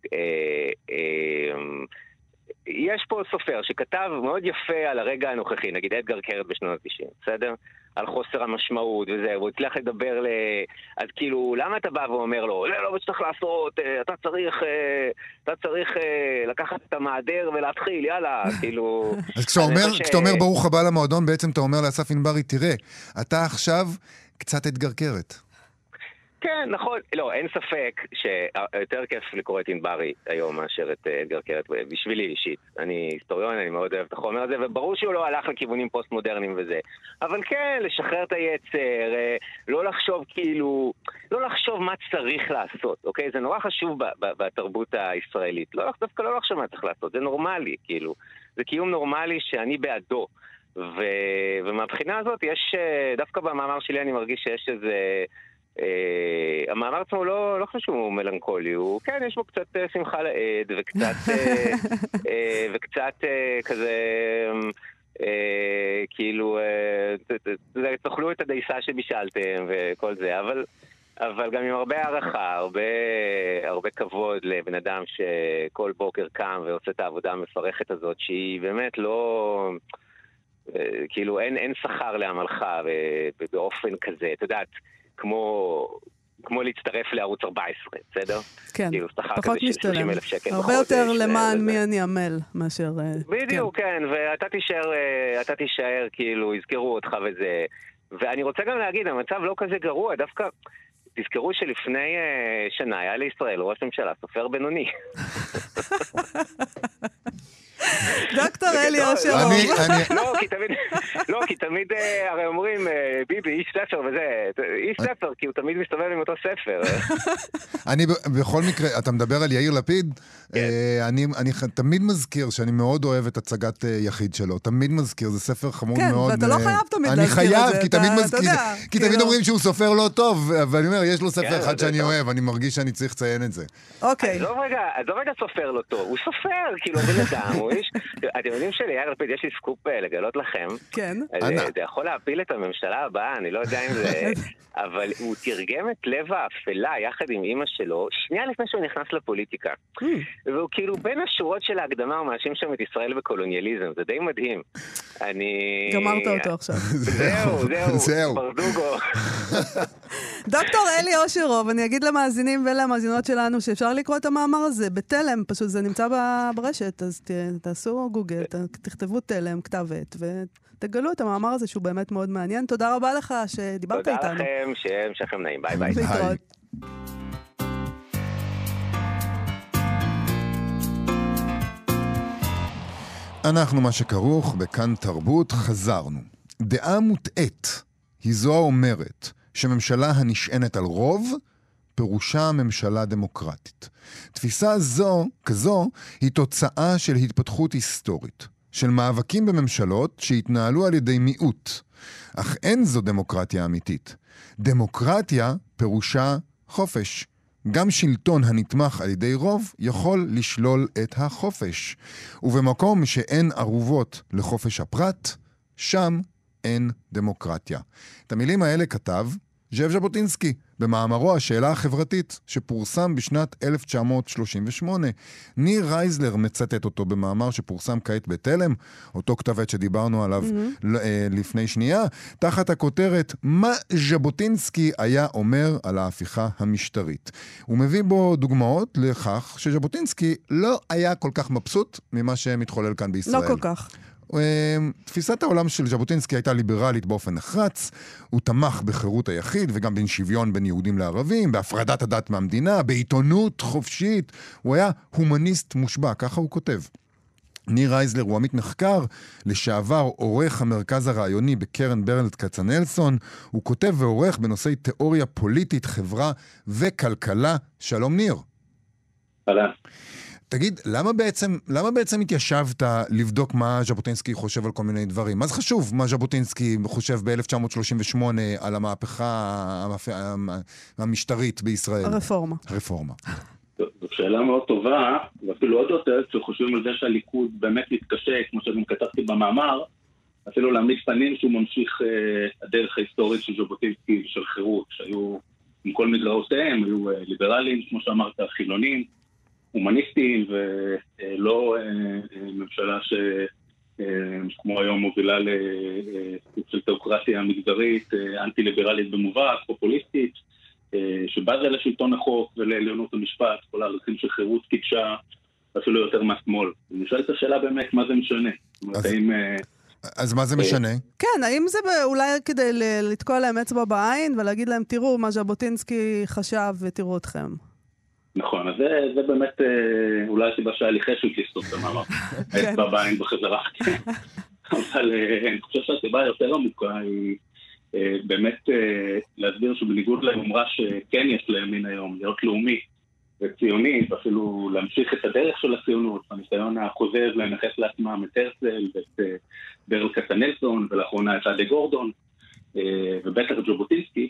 יש פה סופר שכתב מאוד יפה על הרגע הנוכחי, נגיד אדגר קרת בשנות ה-תשעים, בסדר? על חוסר המשמעות וזה, והוא הצליח לדבר ל... אז כאילו, למה אתה בא ואומר לו, לא, לא, מה שצריך לעשות, אתה צריך, אתה צריך לקחת את המעדר ולהתחיל, יאללה, כאילו... אז כשאתה אומר ברוך הבא למועדון, בעצם אתה אומר לאסף ענברי, תראה, אתה עכשיו קצת אדגר קרת. כן, נכון. לא, אין ספק שיותר כיף לקרוא את ענברי היום מאשר את אדגר קרת, בשבילי אישית. אני היסטוריון, אני מאוד אוהב את החומר הזה, וברור שהוא לא הלך לכיוונים פוסט-מודרניים וזה. אבל כן, לשחרר את היצר, לא לחשוב כאילו, לא לחשוב מה צריך לעשות, אוקיי? זה נורא חשוב בתרבות הישראלית. לא, דווקא לא לחשוב מה צריך לעשות, זה נורמלי, כאילו. זה קיום נורמלי שאני בעדו. ו... ומהבחינה הזאת יש, דווקא במאמר שלי אני מרגיש שיש איזה... Uh, המאמר עצמו לא, לא חשוב הוא מלנכולי, הוא כן, יש בו קצת uh, שמחה לעד וקצת uh, uh, וקצת uh, כזה uh, כאילו uh, תאכלו את הדייסה שבישלתם וכל זה, אבל, אבל גם עם הרבה הערכה, הרבה, הרבה כבוד לבן אדם שכל בוקר קם ועושה את העבודה המפרכת הזאת, שהיא באמת לא... כאילו אין, אין שכר לעמלך באופן כזה, אתה יודעת, כמו, כמו להצטרף לערוץ ארבע עשרה, בסדר? כן, כאילו, פחות משתלם. הרבה יותר למען מי אני עמל מאשר... בדיוק, כן, ואתה תישאר, אתה תישאר, כאילו, יזכרו אותך וזה. ואני רוצה גם להגיד, המצב לא כזה גרוע, דווקא תזכרו שלפני שנה היה לישראל ראש ממשלה, סופר בינוני. דוקטור אלי אושרוב. לא, כי תמיד הרי אומרים ביבי איש ספר וזה, איש ספר כי הוא תמיד מסתובב עם אותו ספר. אני בכל מקרה, אתה מדבר על יאיר לפיד, אני תמיד מזכיר שאני מאוד אוהב את הצגת יחיד שלו, תמיד מזכיר, זה ספר חמוד מאוד. כן, ואתה לא חייב תמיד להזכיר את זה. אני חייב, כי תמיד מזכיר, כי תמיד אומרים שהוא סופר לא טוב, אבל אני אומר, יש לו ספר אחד שאני אוהב, אני מרגיש שאני צריך לציין את זה. אוקיי. אז לא רגע סופר לא טוב, הוא סופר, כאילו, בן אדם, הוא איש... אתם יודעים שליאיר לפיד יש לי סקופ לגלות לכם. כן. זה יכול להפיל את הממשלה הבאה, אני לא יודע אם זה... אבל הוא תרגם את לב האפלה יחד עם אמא שלו, שנייה לפני שהוא נכנס לפוליטיקה. והוא כאילו בין השורות של ההקדמה הוא מאשים שם את ישראל בקולוניאליזם, זה די מדהים. אני... גמרת אותו עכשיו. זהו, זהו, ברדוגו. דוקטור אלי אושרוב, אני אגיד למאזינים ולמאזינות שלנו שאפשר לקרוא את המאמר הזה בתלם, פשוט זה נמצא ברשת, אז תעשו גוגל, תכתבו תלם, כתבת, ותגלו את המאמר הזה שהוא באמת מאוד מעניין. תודה רבה לך שדיברת איתנו. תודה לכם, שיהיה המשכם נעים, ביי ביי. להתראות. אנחנו מה שכרוך בכאן תרבות חזרנו. דעה מוטעת היא זו האומרת שממשלה הנשענת על רוב פירושה ממשלה דמוקרטית. תפיסה זו, כזו, היא תוצאה של התפתחות היסטורית, של מאבקים בממשלות שהתנהלו על ידי מיעוט. אך אין זו דמוקרטיה אמיתית. דמוקרטיה פירושה חופש. גם שלטון הנתמך על ידי רוב יכול לשלול את החופש. ובמקום שאין ערובות לחופש הפרט, שם אין דמוקרטיה. את המילים האלה כתב זאב ז'בוטינסקי במאמרו השאלה החברתית שפורסם בשנת אלף תשע מאות שלושים ושמונה. ניר רייזלר מצטט אותו במאמר שפורסם כעת בתלם, אותו כתב עת שדיברנו עליו mm-hmm. לפני שנייה, תחת הכותרת מה ז'בוטינסקי היה אומר על ההפיכה המשטרית. הוא מביא בו דוגמאות לכך שז'בוטינסקי לא היה כל כך מבסוט ממה שמתחולל כאן בישראל. לא כל כך. תפיסת העולם של ז'בוטינסקי הייתה ליברלית באופן נחרץ, הוא תמך בחירות היחיד וגם בין שוויון בין יהודים לערבים, בהפרדת הדת מהמדינה, בעיתונות חופשית, הוא היה הומניסט מושבע, ככה הוא כותב. ניר רייזלר הוא עמית מחקר, לשעבר עורך המרכז הרעיוני בקרן ברל כצנלסון, הוא כותב ועורך בנושאי תיאוריה פוליטית, חברה וכלכלה. שלום ניר. שלום. תגיד, למה בעצם, למה בעצם התיישבת לבדוק מה ז'בוטינסקי חושב על כל מיני דברים? מה זה חשוב מה ז'בוטינסקי חושב ב-אלף תשע מאות שלושים ושמונה על המהפכה המשטרית בישראל? הרפורמה. הרפורמה. זו שאלה מאוד טובה, ואפילו עוד יותר, כשחושבים על זה שהליכוד באמת מתקשה, כמו שגם כתבתי במאמר, אפילו להעמיד פנים שהוא ממשיך אה, הדרך ההיסטורית של ז'בוטינסקי ושל חירות, שהיו עם כל מגרעותיהם, היו אה, ליברליים, כמו שאמרת, חילונים, הומניסטיים, ולא ממשלה שכמו היום מובילה לסוג של תיאוקרטיה מגדרית, אנטי-ליברלית במובהק, פופוליסטית, שבזה לשלטון החוק ולעליונות המשפט, כל הערכים של חירות קידשה, אפילו יותר מהשמאל. אני שואל את השאלה באמת, מה זה משנה? אז, האם, אז מה זה משנה? כן, האם זה אולי כדי לתקוע להם אצבע בעין ולהגיד להם, תראו מה ז'בוטינסקי חשב ותראו אתכם? נכון, אז זה, זה באמת אולי הסיבה שהיה לי חשוב לסתות את המאמר. האצבע בעין בחזרה. אבל אני חושב שהסיבה היותר עמוקה היא באמת להסביר שבניגוד ליומרה שכן יש לימין היום, להיות לאומי וציוני, ואפילו להמשיך את הדרך של הציונות, הניסיון החוזר לנחס לעצמם את הרצל ואת ברל כצנלסון, ולאחרונה את עדה גורדון, ובטח את ז'בוטינסקי,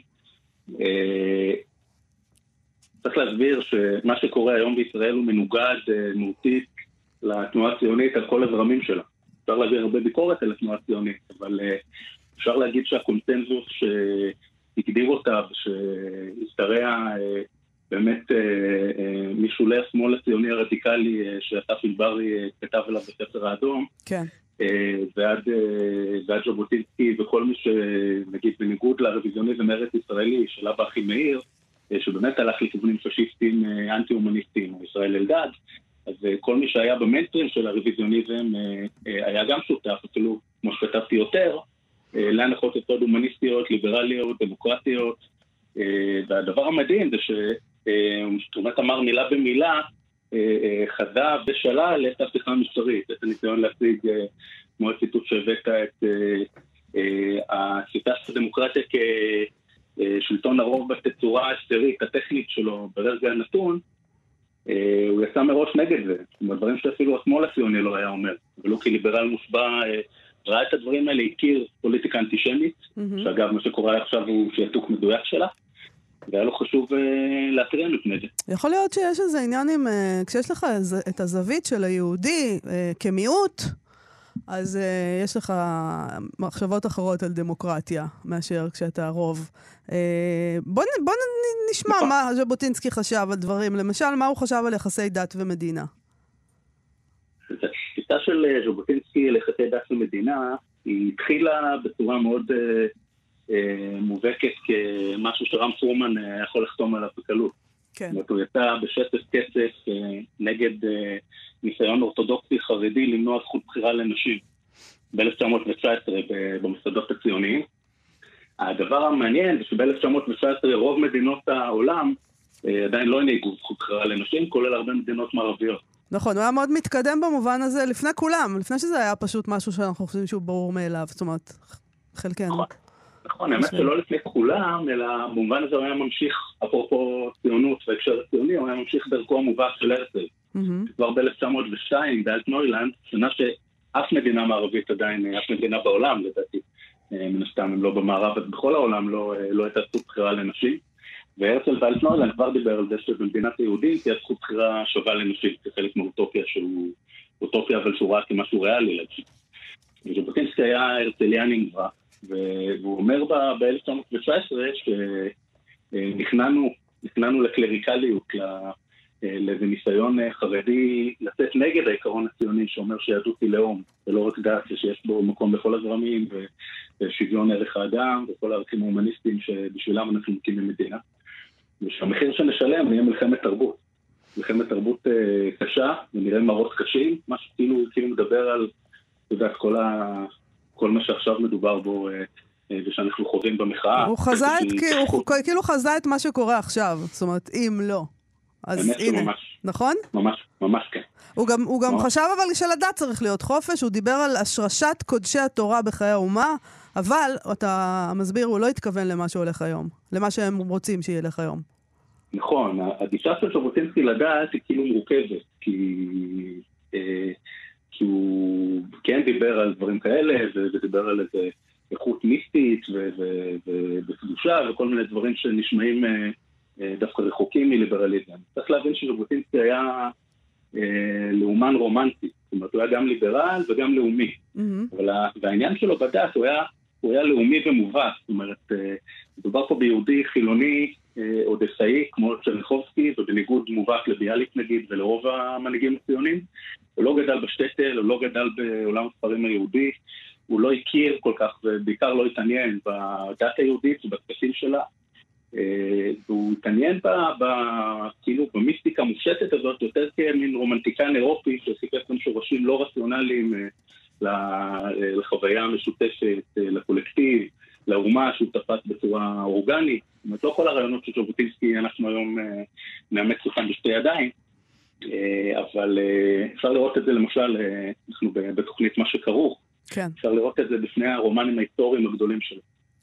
צריך להסביר שמה שקורה היום בישראל הוא מנוגד מהותית לתנועה הציונית על כל הזרמים שלה. אפשר להביא הרבה ביקורת על התנועה הציונית, אבל אפשר להגיד שהקונצנזוס שהגדיר אותה, שהשתרע באמת משולי השמאל הציוני הרדיקלי שאסף אלברי כתב עליו בספר האדום, כן. ועד, ועד ז'בוטינסקי וכל מי שנגיד בניגוד לרוויזיוניזם ארץ ישראלי של אבא אחימאיר, שבאמת הלך לכיוונים פשיסטיים אנטי-הומניסטיים, ישראל אלדד, אז כל מי שהיה במיינסטרים של הרוויזיוניזם היה גם שותף, אפילו כמו שכתבתי יותר, להנחות יסוד הומניסטיות, ליברליות, דמוקרטיות, והדבר המדהים זה שתרומת אמר מילה במילה, חזה ושלל את ההפיכה המשטרית, את הניסיון להשיג, כמו הציטוט שהבאת את השיטה של הדמוקרטיה כשלטון הרוב בתצורה ההסתרית, הטכנית שלו ברגע הנתון, הוא יצא מראש נגד זה, דברים שאפילו השמאל הציוני לא היה אומר, ולא כליברל מושבע ראה את הדברים האלה, הכיר פוליטיקה אנטישמית, mm-hmm. שאגב מה שקורה עכשיו הוא שיתוק מדויק שלה, והיה לו חשוב uh, להתריע מפני זה. יכול להיות שיש איזה עניין עם, uh, כשיש לך את הזווית של היהודי uh, כמיעוט, אז uh, יש לך מחשבות אחרות על דמוקרטיה, מאשר כשאתה רוב. Uh, בוא, בוא נשמע נכון. מה ז'בוטינסקי חשב על דברים, למשל מה הוא חשב על יחסי דת ומדינה. השיטה של ז'בוטינסקי ליחסי דת ומדינה, היא התחילה בצורה מאוד אה, אה, מובהקת כמשהו שרם פרומן יכול לחתום עליו בקלות. כן. זאת אומרת, הוא יצא בשטף כסף אה, נגד אה, ניסיון אורתודוקסי חרדי למנוע זכות בחירה לנשים ב-אלף תשע מאות תשע עשרה במוסדות הציוניים. הדבר המעניין זה שב-אלף תשע מאות תשע עשרה רוב מדינות העולם אה, עדיין לא הנהיגו זכות בחירה לנשים, כולל הרבה מדינות מערביות. נכון, הוא היה מאוד מתקדם במובן הזה לפני כולם, לפני שזה היה פשוט משהו שאנחנו חושבים שהוא ברור מאליו, זאת אומרת, חלקנו. נכון. נכון, האמת שלא לפני כולם, אלא במובן הזה הוא היה ממשיך, אפרופו ציונות והקשר הציוני, הוא היה ממשיך דרכו המובהק של הרצל. כבר ב-אלף תשע מאות ושתיים, באלטנוילנד, שנה שאף מדינה מערבית עדיין, אף מדינה בעולם, לדעתי, מן הסתם הם לא במערב, אז בכל העולם לא, לא הייתה זכות בחירה לנשים. והרצל באלטנוילנד כבר דיבר על זה שבמדינת היהודים תהיה זכות בחירה שווה לנשים, כחלק מאוטופיה שהוא אוטופיה, אבל שהוא ראה כמשהו ריאלי לנשים. ז'בוטינסקי היה הרצליאני מובהק, והוא אומר ב-אלף תשע מאות תשע עשרה שנכנענו, נכנענו לקלריקליות, לאיזה ניסיון חרדי לצאת נגד העיקרון הציוני שאומר שיהדות היא לאום, ולא רק דת, שיש בו מקום בכל הזרמים, ושוויון ערך האדם, וכל הערכים ההומניסטיים שבשבילם אנחנו מקימים מדינה. ושהמחיר שנשלם יהיה מלחמת תרבות. מלחמת תרבות קשה, ונראה מראות קשים, מה שכאילו כאילו מדבר על, אתה יודע, כל ה... כל מה שעכשיו מדובר בו, ושאנחנו חווים במחאה. הוא חזה את, הוא כאילו חזה את מה שקורה עכשיו, זאת אומרת, אם לא. אז הנה, ממש, נכון? ממש, ממש כן. הוא גם, הוא גם חשב אבל שלדת צריך להיות חופש, הוא דיבר על השרשת קודשי התורה בחיי האומה, אבל אתה מסביר, הוא לא התכוון למה שהולך היום, למה שהם רוצים שילך היום. נכון, הגישה של ז'בוטינסקי לדעת היא כאילו מורכבת, כי... אה, כי הוא כן דיבר על דברים כאלה, ודיבר על איזה איכות מיסטית ובקדושה, וכל מיני דברים שנשמעים דווקא רחוקים מליברליזם. צריך להבין שז'בוטינסקי היה לאומן רומנטי, זאת אומרת, הוא היה גם ליברל וגם לאומי. והעניין שלו בדת, הוא היה, הוא היה לאומי ומובהק, זאת אומרת, מדובר פה ביהודי חילוני אודסאי, כמו צ'רניחובסקי, ובניגוד מובהק לביאליק נגיד, ולרוב המנהיגים הציונים, הוא לא גדל בשטטל, הוא לא גדל בעולם הספרים היהודי, הוא לא הכיר כל כך, ובעיקר לא התעניין בדת היהודית ובטקסים שלה. והוא התעניין כאילו במיסטיקה המופשטת הזאת, יותר כמין רומנטיקן אירופי, שסיפק גם שורשים לא רציונליים לחוויה המשותפת, לקולקטיב, לאומה שהוא תפס בצורה אורגנית. זאת אומרת, לא כל הרעיונות של ז'בוטינסקי אנחנו היום נאמץ אותם בשתי ידיים, אבל אפשר לראות את זה למשל, אנחנו בתוכנית מה שכרוך, כן. אפשר לראות את זה בפני הרומנים ההיסטוריים הגדולים שלו.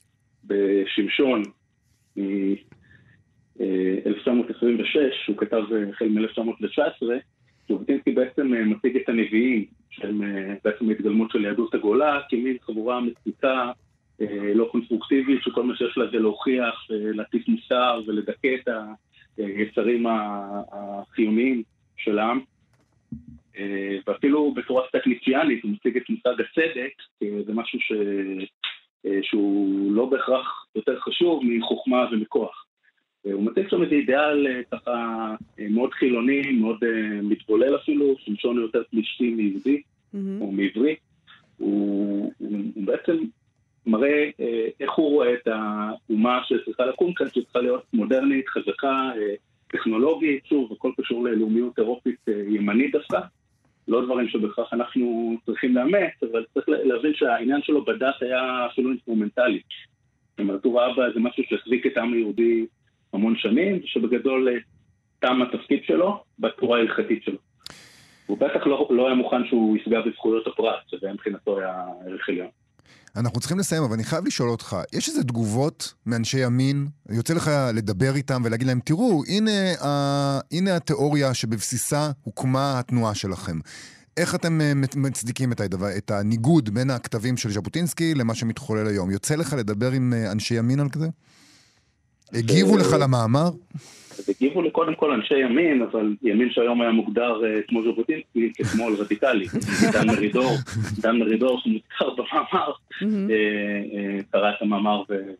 בשמשון, מ-אלף תשע מאות עשרים ושש, הוא כתב החל מ-אלף תשע מאות תשע עשרה, ז'בוטינסקי בעצם מציג את הנביאים, שהם בעצם התגלמות של יהדות הגולה, כמין חבורה מציקה, לא קונסטרוקטיבית, שכל מה שיש לה זה להוכיח, להטיף מוסר ולדכא את היצרים החיוניים של העם. ואפילו בצורה קצת ניציאנית, הוא מציג את מושג הצדק, זה משהו ש... שהוא לא בהכרח יותר חשוב מחוכמה ומכוח. הוא מציג שם איזה אידיאל ככה מאוד חילוני, מאוד מתבולל אפילו, שמשון יותר פלישתי מיהודי, או מעברי. הוא, הוא בעצם מראה איך הוא רואה את האומה שצריכה לקום כאן, שצריכה להיות מודרנית, חזקה, טכנולוגית, שוב, הכל קשור ללאומיות אירופית ימנית דווקא. לא דברים שבכך אנחנו צריכים לאמץ, אבל צריך להבין שהעניין שלו בדת היה אפילו אינסטרומנטלי. זאת אומרת, הוא ראה בה זה משהו שהחזיק את העם היהודי המון שנים, שבגדול תם התפקיד שלו בצורה ההלכתית שלו. הוא בטח לא, לא היה מוכן שהוא יפגע בזכויות הפרט, שזה מבחינתו היה ערך עליון. אנחנו צריכים לסיים, אבל אני חייב לשאול אותך, יש איזה תגובות מאנשי ימין, יוצא לך לדבר איתם ולהגיד להם, תראו, הנה, ה... הנה התיאוריה שבבסיסה הוקמה התנועה שלכם. איך אתם מצדיקים את, הדבר, את הניגוד בין הכתבים של ז'בוטינסקי למה שמתחולל היום? יוצא לך לדבר עם אנשי ימין על כזה? הגיבו לך למאמר? הגיבו לקודם כל אנשי ימין, אבל ימין שהיום היה מוגדר כמו ז'בוטינסקי כשמאל רדיקלי. דן מרידור, דן מרידור שמוזכר במאמר, קרא את המאמר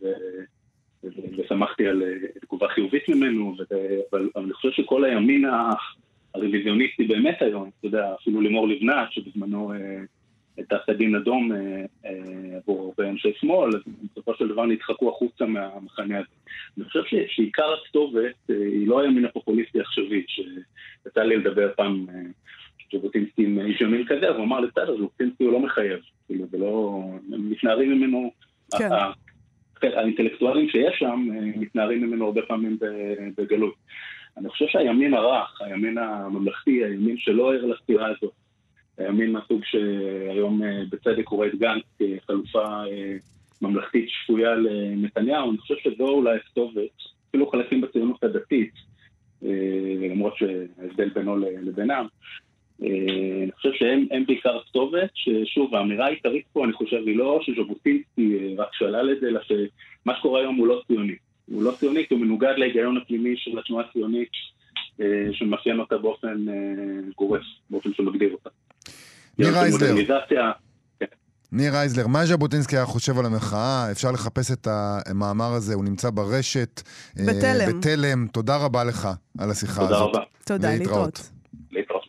ושמחתי על תגובה חיובית ממנו, אבל אני חושב שכל הימין הרוויזיוניסטי באמת היום, אתה יודע, אפילו לימור לבנת, שבזמנו את הסדין אדום עבור הרבה אנשי שמאל, אז בסופו של דבר נדחקו החוצה מהמחנה הזה. אני חושב שעיקר הכתובת היא לא הימין הפופוליסטי עכשווי, שיצא לי לדבר פעם ז'בוטינסקי עם איש ימין כזה, אז הוא אמר לצד, ז'בוטינסקי הוא לא מחייב, כאילו, ולא, הם מתנערים ממנו, כן. האינטלקטואלים שיש שם, מתנערים ממנו הרבה פעמים בגלוי. אני חושב שהימין הרך, הימין הממלכתי, הימין שלא ער לסתירה הזאת, הימין מהסוג שהיום בצדק הוא רואה את גנץ כחלופה ממלכתית שפויה לנתניהו. אני חושב שזו אולי הכתובת, אפילו חלקים בציונות הדתית, למרות שההבדל בינו לבינם. אני חושב שהם בעיקר כתובת, ששוב, האמירה העיקרית פה, אני חושב, היא לא שז'בוטינסקי רק שלל את זה, אלא שמה שקורה היום הוא לא ציוני. הוא לא ציוני, כי הוא מנוגד להיגיון הפנימי של התנועה הציונית, שמאפיין אותה באופן גורף, באופן שמגדיר אותה. ניר אייזלר. ניר אייזלר, מה ז'בוטינסקי היה חושב על המחאה? אפשר לחפש את המאמר הזה, הוא נמצא ברשת. בתלם. בתלם. תודה רבה לך על השיחה הזאת. תודה רבה. תודה, להתראות. להתראות.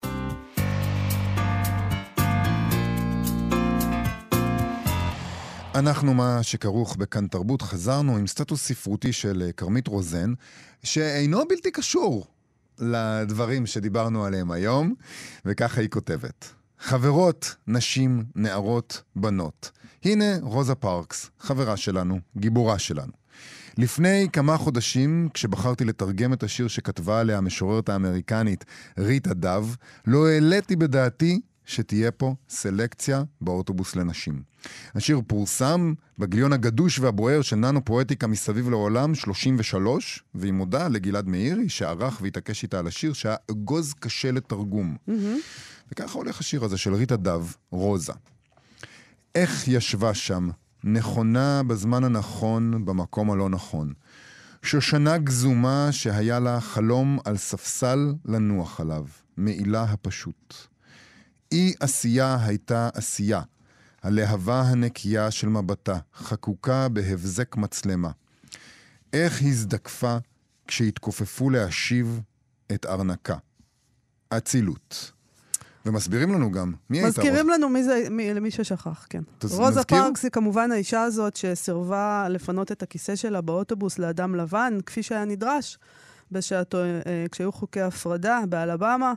אנחנו מה שכרוך בכאן תרבות, חזרנו עם סטטוס ספרותי של קרמית רוזן, שאינו בלתי קשור לדברים שדיברנו עליהם היום, וככה היא כותבת. חברות, נשים, נערות, בנות. הנה רוזה פארקס, חברה שלנו, גיבורה שלנו. לפני כמה חודשים, כשבחרתי לתרגם את השיר שכתבה עליה המשוררת האמריקנית ריטה דב, לא העליתי בדעתי שתהיה פה סלקציה באוטובוס לנשים. השיר פורסם בגיליון הגדוש והבוער של ננו פואטיקה מסביב לעולם שלושים ושלוש, והיא מודה לגלעד מאירי שערך והתעקש איתה על השיר שהאגוז קשה לתרגום. Mm-hmm. וככה הולך השיר הזה של ריטה דב, רוזה. איך ישבה שם, נכונה בזמן הנכון, במקום הלא נכון. שושנה גזומה שהיה לה חלום על ספסל לנוח עליו, מעילה הפשוט. אי עשייה הייתה עשייה, הלהבה הנקייה של מבטה, חקוקה בהבזק מצלמה. איך הזדקפה כשהתכופפו להשיב את ארנקה. אצילות. ומסבירים לנו גם, מי הייתה רוזה? מזכירים לנו מי זה, מי, למי ששכח, כן. רוזה פארקס היא כמובן האישה הזאת שסירבה לפנות את הכיסא שלה באוטובוס לאדם לבן, כפי שהיה נדרש בשעתו, כשהיו חוקי הפרדה באלבמה.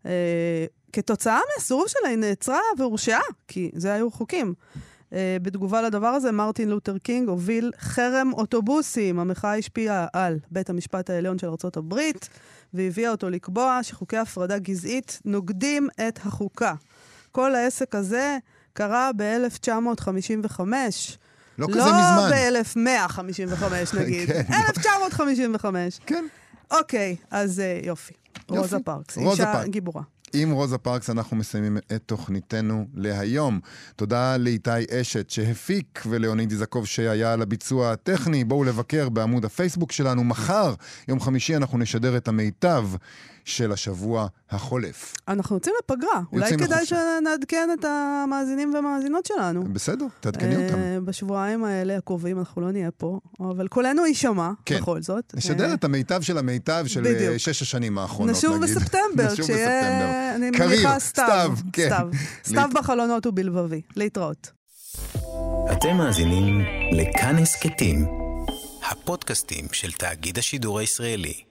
כתוצאה מהסירוב שלה היא נעצרה והורשעה, כי זה היו חוקים. בתגובה לדבר הזה, מרטין לותר קינג הוביל חרם אוטובוסים. המחאה השפיעה על בית המשפט העליון של ארצות הברית, והביאה אותו לקבוע שחוקי הפרדה גזעית נוגדים את החוקה. כל העסק הזה קרה ב-אלף תשע מאות חמישים וחמש. לא כזה מזמן. לא ב-אלף מאה חמישים וחמש נגיד. אלף תשע מאות חמישים וחמש. כן. אוקיי, אז יופי. רוזה פארקס, אישה גיבורה. עם רוזה פארקס אנחנו מסיימים את תוכניתנו להיום. תודה לאיתי אשת שהפיק ולאוניד זקוב שהיה על הביצוע הטכני. בואו לבקר בעמוד הפייסבוק שלנו. מחר, יום חמישי, אנחנו נשדר את המיטב של השבוע החולף. אנחנו יוצאים לפגרה. אולי כדאי שנעדכן את המאזינים והמאזינות שלנו. בסדר, תעדכני אותם. בשבועיים האלה הקרובים אנחנו לא נהיה פה, אבל כולנו יישמע בכל זאת. נשדר את המיטב של המיטב של שש השנים האחרונות. נשוב בספטמבר, כשיהיה, אני מניחה סתיו. סתיו. סתיו בחלונות ובלבבי. להתראות. אתם מאזינים לכאן הסכתים, הפודקאסטים של תאגיד השידור הישראלי.